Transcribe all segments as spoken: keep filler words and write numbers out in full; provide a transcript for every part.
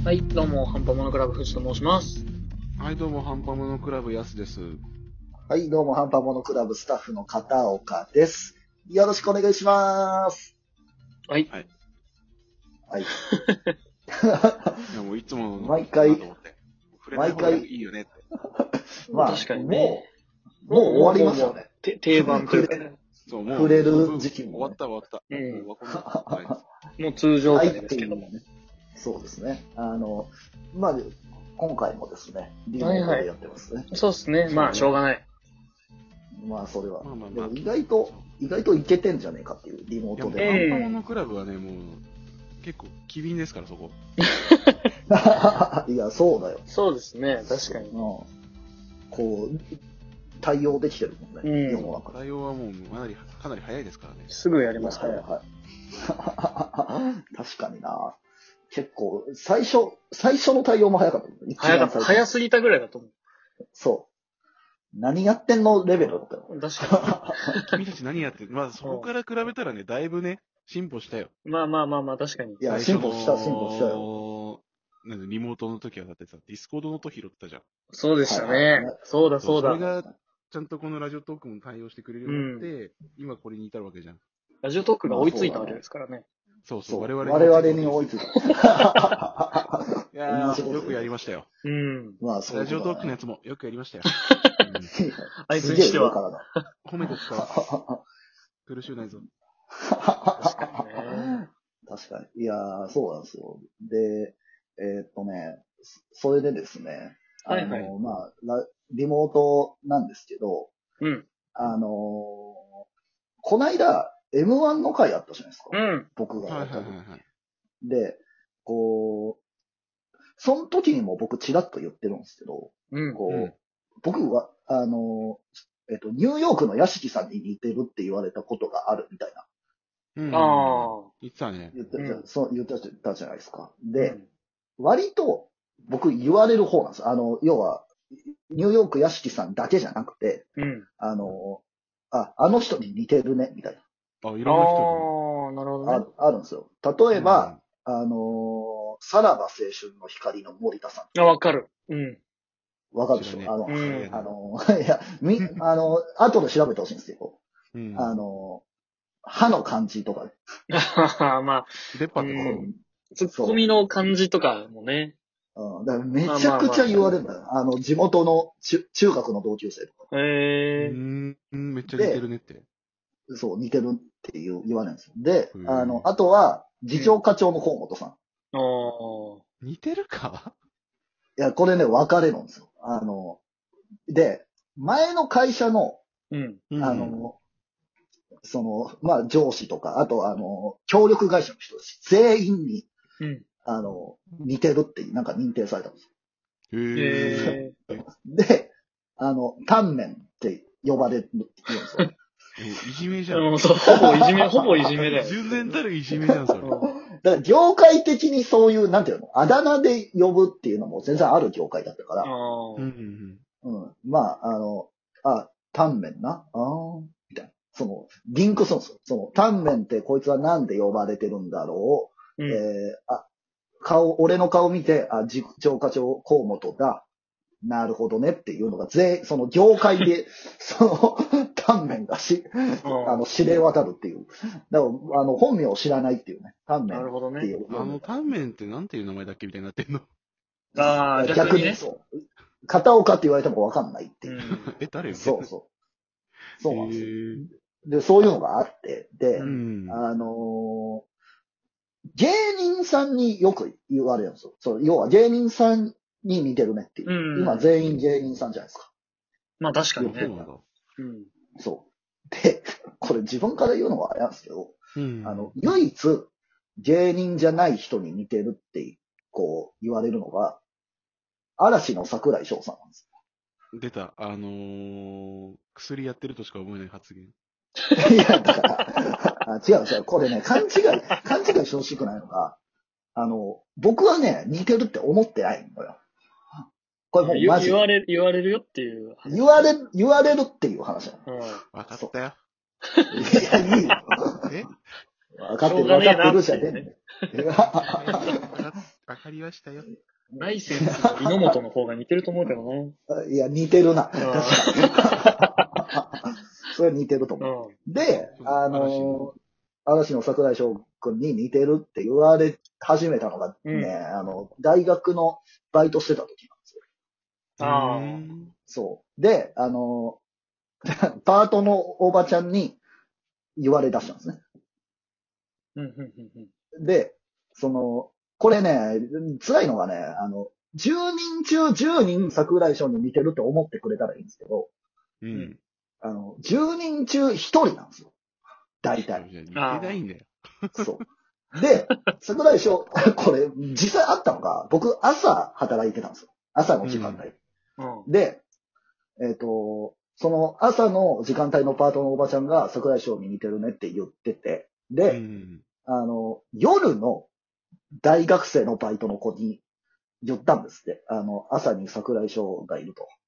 はい、どうも、ハンパモノクラブ藤と申します。 はい、どうも、ハンパモノクラブやすです。 はい、どうも、ハンパモノクラブスタッフの片岡です。よろしくお願いします。 はい。 はい。 はい。いや、もういつもの毎回、 毎回いいよねって。 まあ、 確かにね。 もう、もう終わりますよね。 定番というかね。 そう、もう触れる時期も、ね。 終わった終わった。 うん。 もう、 もう通常回ですけどもね。 そうですね。あの、まあ、今回もですね、リモートでやってますね。はいはい、 そうですね。まあ、しょうがない。まあ、それは。まあまあまあ、でも意外と、意外といけてんじゃねえかっていう、リモートで。 ハンパモノクラブはね、もう、結構、機敏ですから、そこ。 いや、そうだよ。 そうですね、確かに。うん、 こう、対応できてるもんね、うん、世の中。 対応はもうかなり、かなり早いですからね。 すぐやりますから。 はいはい。確かにな。結構、最初、最初の対応も早かった。 早かった。早すぎたぐらいだと思う。 そう。何やってんのレベルだったよ。 確かに。君たち何やってんのまあ、そこから比べたらね、だいぶね、進歩したよ。 まあまあまあまあ、確かに。 いや、進歩した、進歩したよ。 なんでリモートの時はだってさ、ディスコードの音拾ってたじゃん。 そうでしたね。はいはい、そうだそうだ。 それが、ちゃんとこのラジオトークも対応してくれるようになって、うん、今これに至るわけじゃん。 ラジオトークが追いついたわけですからね。 そうそう、我々 我々に追いついた。 いやー、よくやりましたよ。 うん。 まあ、そう、ね。 ラジオトークのやつもよくやりましたよ。 うん、あいつにしては。 褒めてったわ。苦しゅうないぞ。 確かにね。 確かに。いやー、そうなんですよ。で、えー、っとね、それでですね、あの、はいはい、まあ、リモートなんですけど、 うん。 あのー、こないだ エムワン の回あったじゃないですか。 うん。 僕がやった、 はいはいはい。 で、こう、その時にも僕ちらっと言ってるんですけど、 うん、 こう、 うん、 僕は、あのー、えっと、ニューヨークの屋敷さんに似てるって言われたことがあるみたいな。 うん、ああ。言ってたね。 言ってた、うん、そう言ってたじゃないですか。で、うん、割と僕言われる方なんです。あの、要は、ニューヨーク屋敷さんだけじゃなくて、 うん、 あの、あ、あの人に似てるね、みたいな。あ、いろんな人に。ああ、なるほどね。 あ。あるんですよ。例えば、うん、あの、さらば青春の光の森田さん。あ、わかる。うん。 わかるでしょ、ね、あの、 うん、 あの、いや、み、あの、後で調べてほしいんですけど、うん、あの、歯の感じとかね。 まあ、 出っ歯ってこと、うん、 ツッコミの感じとかもね。 うん、だからめちゃくちゃ言われるんだよ。まあまあまあ、あの、地元の中中学の同級生とか。 へえー。うん、めっちゃ似てるねって。 そう、似てるっていう言われるんですよ。で、あの、あとは、次長課長の河本さん。 ああ。 似てるかいや、これね、分かれるんですよ。あの、で、前の会社の、 うん、 あの、その、まあ、上司とか、あと、あの、協力会社の人たち、全員に、 うん、 あの、似てるって、なんか認定されたんですよ。 へー。で、あの、タンメンって呼ばれるって言うんですよ。 いじめじゃん。 うん、そう、ほぼいじめ、ほぼいじめだよ。 純然たるいじめじゃん、それ。だから業界的にそういう、なんていうの、あだ名で呼ぶっていうのも全然ある業界だったから。 うんうんうん、まあ、あの、あ、タンメンな。ああ、みたいな。その、リンクするんですよ。その、タンメンってこいつはなんで呼ばれてるんだろう。うん、えー、あ、顔、俺の顔見て、あ、次長課長河本だ。なるほどねっていうのが全、その業界で、その、タンメンがし、あの、知れ渡るっていう。だから、あの、本名を知らないっていうね。タンメンっていう。 ね、あの、タンメンってなんていう名前だっけみたいになってんのああ、 逆にね。そう。片岡って言われてもわかんないっていう。うん、 え、誰そうそう。そうなんですよ。で、そういうのがあって、で、うん、あのー、芸人さんによく言われるんですよ。そう、要は芸人さんに似てるねっていう。うん、今全員芸人さんじゃないですか。 まあ確かにね。 うん、そう。で、これ自分から言うのはあれなんですけど、うん、あの、唯一芸人じゃない人に似てるって、こう言われるのが、嵐の桜井翔さんなんですよ。出た。あのー、薬やってるとしか思えない発言。 いや、だからあ、違う違う。これね、勘違い、勘違いしてほしくないのが、あの、僕はね、似てるって思ってないのよ。これもうマジ言われる、言われるよっていう。 言われ、言われるっていう話なの。 うん。わかったよ。 いや、いいよ。え分かってる、分かってるじゃねえ。 わかりましたよ。 ライセンスの猪本の方が似てると思うけどな。 いや、似てるな。確かに。それは似てると思う。 うん。 で、あのー、嵐の桜井翔くんに似てるって言われ始めたのがね、 うんあの、大学のバイトしてた時なんですよ。 ああ。 そう。で、あのー、パートのおばちゃんに言われ出したんですね。 うん、うん、うんうん。 で、その、これね、辛いのがね、あの、じゅうにん中じゅうにん桜井翔に似てるって思ってくれたらいいんですけど、 うん。 あの、じゅうにん中ひとりなんですよ。大体。 じゃあ似てないんだよ。 そう。で、桜井翔、これ、実際あったのが、僕朝働いてたんですよ。朝の時間帯。 うん。 で、えっ、と、その朝の時間帯のパートのおばちゃんが桜井翔に似てるねって言ってて、で、 うん。 あの、夜の大学生のバイトの子に言ったんですって。あの、朝に桜井翔がいると。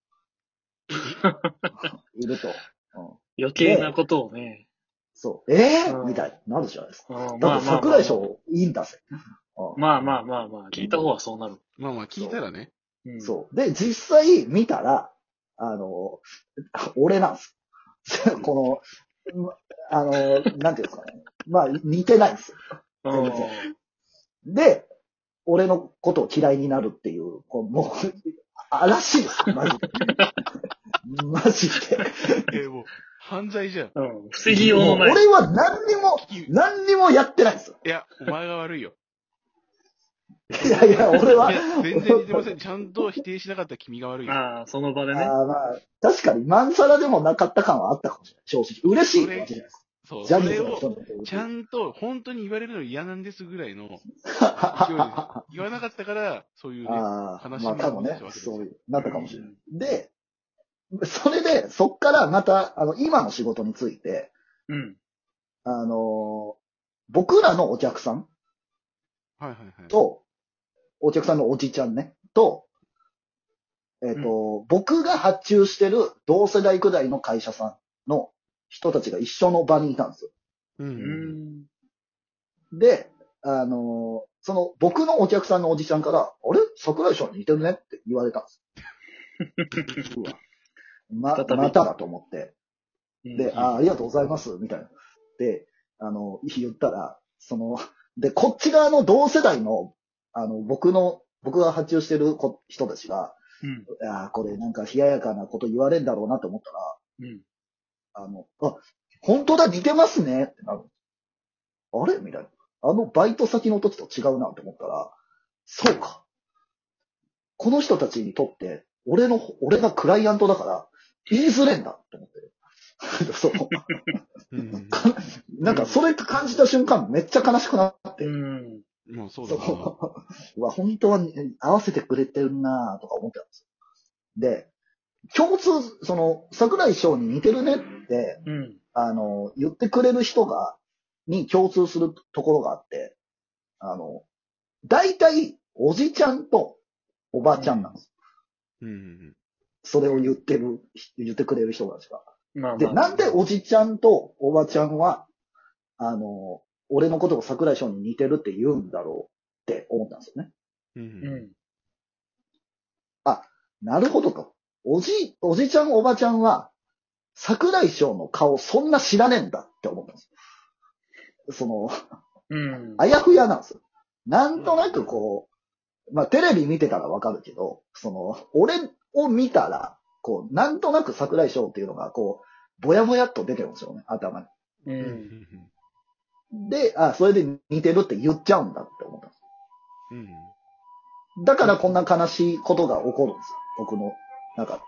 いると。うん、 余計なことをね。 そう。えぇ、 うんみたいになるじゃないですか。 うん。 だって桜井翔いいんだぜ。うん、 まあまあまあまあ、聞いた方はそうなる。 まあまあ、聞いたらね。 うん、 そう。で、実際見たら、あの、俺なんです。この、あの、なんていうんですかね。まあ、似てないんですよ。全然。で、俺のことを嫌いになるっていう、こうもう、嵐ですよ、マジで。マジで。 えー、もう、犯罪じゃん。 うん。防ぎようのない。 俺は何にも、何にもやってないんですよ。 いや、お前が悪いよ。 いやいや、俺は。 いや、全然似てません。ちゃんと否定しなかった君が悪いよ。 ああ、その場でね。 ああ、まあ、確かに、マンサラでもなかった感はあったかもしれない。正直。嬉しいってわけじゃないですか。 そう、 ジャそれをニーズの人、にちゃんと、本当に言われるの嫌なんですぐらいの勢いで言わなかったから、そういうね、 ああ、 悲しみまあ多分ねを起こしたわけですよ。 そういう、なったかもしれない。で、それで、そっからまた、あの、今の仕事について、 うん。 あのー僕らのお客さんはいはいはい。 と、お客さんのおじちゃんね、と、えっ、と、僕が発注してる同世代くらいの会社さんの人たちが一緒の場にいたんですよ。 う。 うんん。 で、あのーその、僕のお客さんのおじちゃんから、あれ桜井翔に似てるねって言われたんです。うわま、 再びまただと思って。で、 うんああ、ありがとうございます、みたいな。で、あの、言ったら、その、で、こっち側の同世代の、あの、僕の、僕が発注してる子人たちが、 うん。 ああ、これなんか冷ややかなこと言われるんだろうなと思ったら、 うん。 あの、あ、本当だ、似てますねってなる。あれみたいな。あのバイト先の時と違うなと思ったら、そうか。この人たちにとって、俺の、俺がクライアントだから、言いづれんだと思って。そう。 うん。 なんか、それ感じた瞬間、めっちゃ悲しくなって。 うん。 まあそうだな。 うわ、本当は合わせてくれてるなぁとか思ってたんですよ。で、共通、その、桜井翔に似てるねって、 うん。 あの、言ってくれる人が、に共通するところがあって、あの、大体、おじちゃんとおばちゃんなんですよ。 うん。 それを言ってる、言ってくれる人たちが。 まあまあ。 で、なんでおじちゃんとおばちゃんは、あの、俺のことを桜井翔に似てるって言うんだろうって思ったんですよね。 う。 うんん。 あ、なるほどと。おじ、おじちゃんおばちゃんは、桜井翔の顔そんな知らねえんだって思ったんですよ。その、 うん。 あやふやなんですよ。なんとなくこう、まあテレビ見てたらわかるけど、その、俺を見たら、こう、なんとなく桜井翔っていうのが、こう、ぼやぼやっと出てるんですよね、頭に。 う。 うんん。 で、あ、それで似てるって言っちゃうんだって思ったんです。 うん。 だからこんな悲しいことが起こるんですよ。僕の中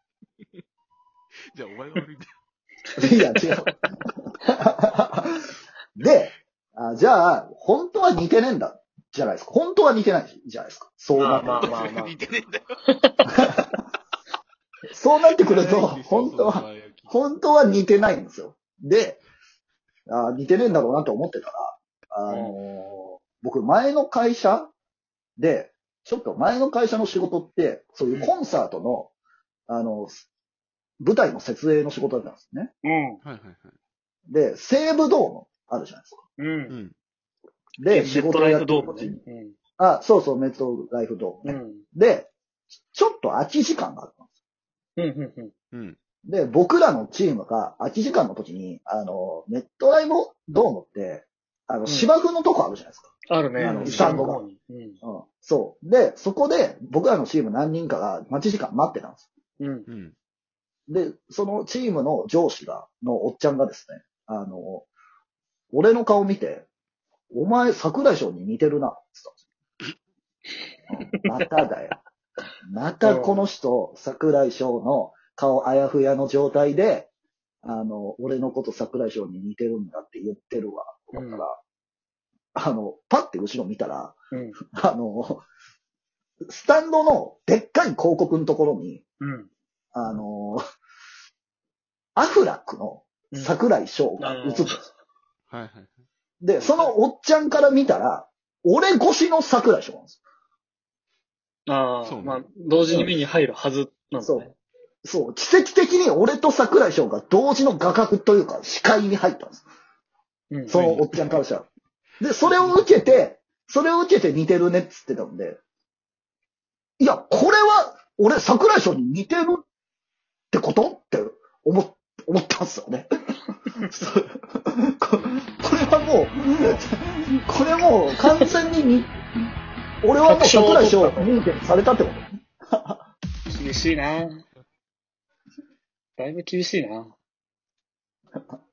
じゃあお前が悪いんだよ。 で。いや、違う。で、あ、じゃあ、本当は似てねえんだ。じゃないですか。本当は似てないじゃないですか。そうなってまあまあまあまあ。 似てねえんだよ。 そうなってくると、本当は、本当は似てないんですよ。で、あ似てねえんだろうなと思ってたら、あのー僕前の会社で、ちょっと前の会社の仕事って、そういうコンサートの、あの、舞台の設営の仕事だったんですね。 うん。 はいはいはい。 で、西武ドームあるじゃないですか。 う。 うんん。 で、仕事をやってるドームね。 時に、 うん。 あ、そうそう、メットライフドームね。 うん。 で、ちょっと空き時間があったんです。 うん、うん、うん。 うん。 で、僕らのチームが空き時間の時に、あの、メットライフドームって、あの、 ん芝生のとこあるじゃないですか。 あるね。 あの後スタンドがろの方に。うん。 うん。そう。で、そこで僕らのチーム何人かが待ち時間待ってたんです。 うん。 うん。 で、そのチームの上司が、のおっちゃんがですね、あの、俺の顔見て、お前桜井翔に似てるな、って言ったんですよ。うん、まただよ。またこの人、桜井翔の顔あやふやの状態で、あの、俺のこと桜井翔に似てるんだって言ってるわ、と思ったら、あの、パッて後ろ見たら、 うん。 あの、スタンドのでっかい広告のところに、 うん。 あの、アフラックの桜井翔が映ってるんです。 はいはい。 で、そのおっちゃんから見たら、俺越しの桜井翔なんですああ、 そうねまあ、同時に目に入るはずなんだよ。 ね。 そう。そう。奇跡的に俺と桜井翔が同時の画角というか視界に入ったんです。 うん。 そのおっちゃんからしたら。で、それを受けて、それを受けて似てるねっつってたんで、いや、これは俺桜井翔に似てるってことって思っ、思ったんですよね。そうここれはもう、これもう完全にに、俺はもう桜井翔認定されたってこと。 厳しいな。だいぶ厳しいな。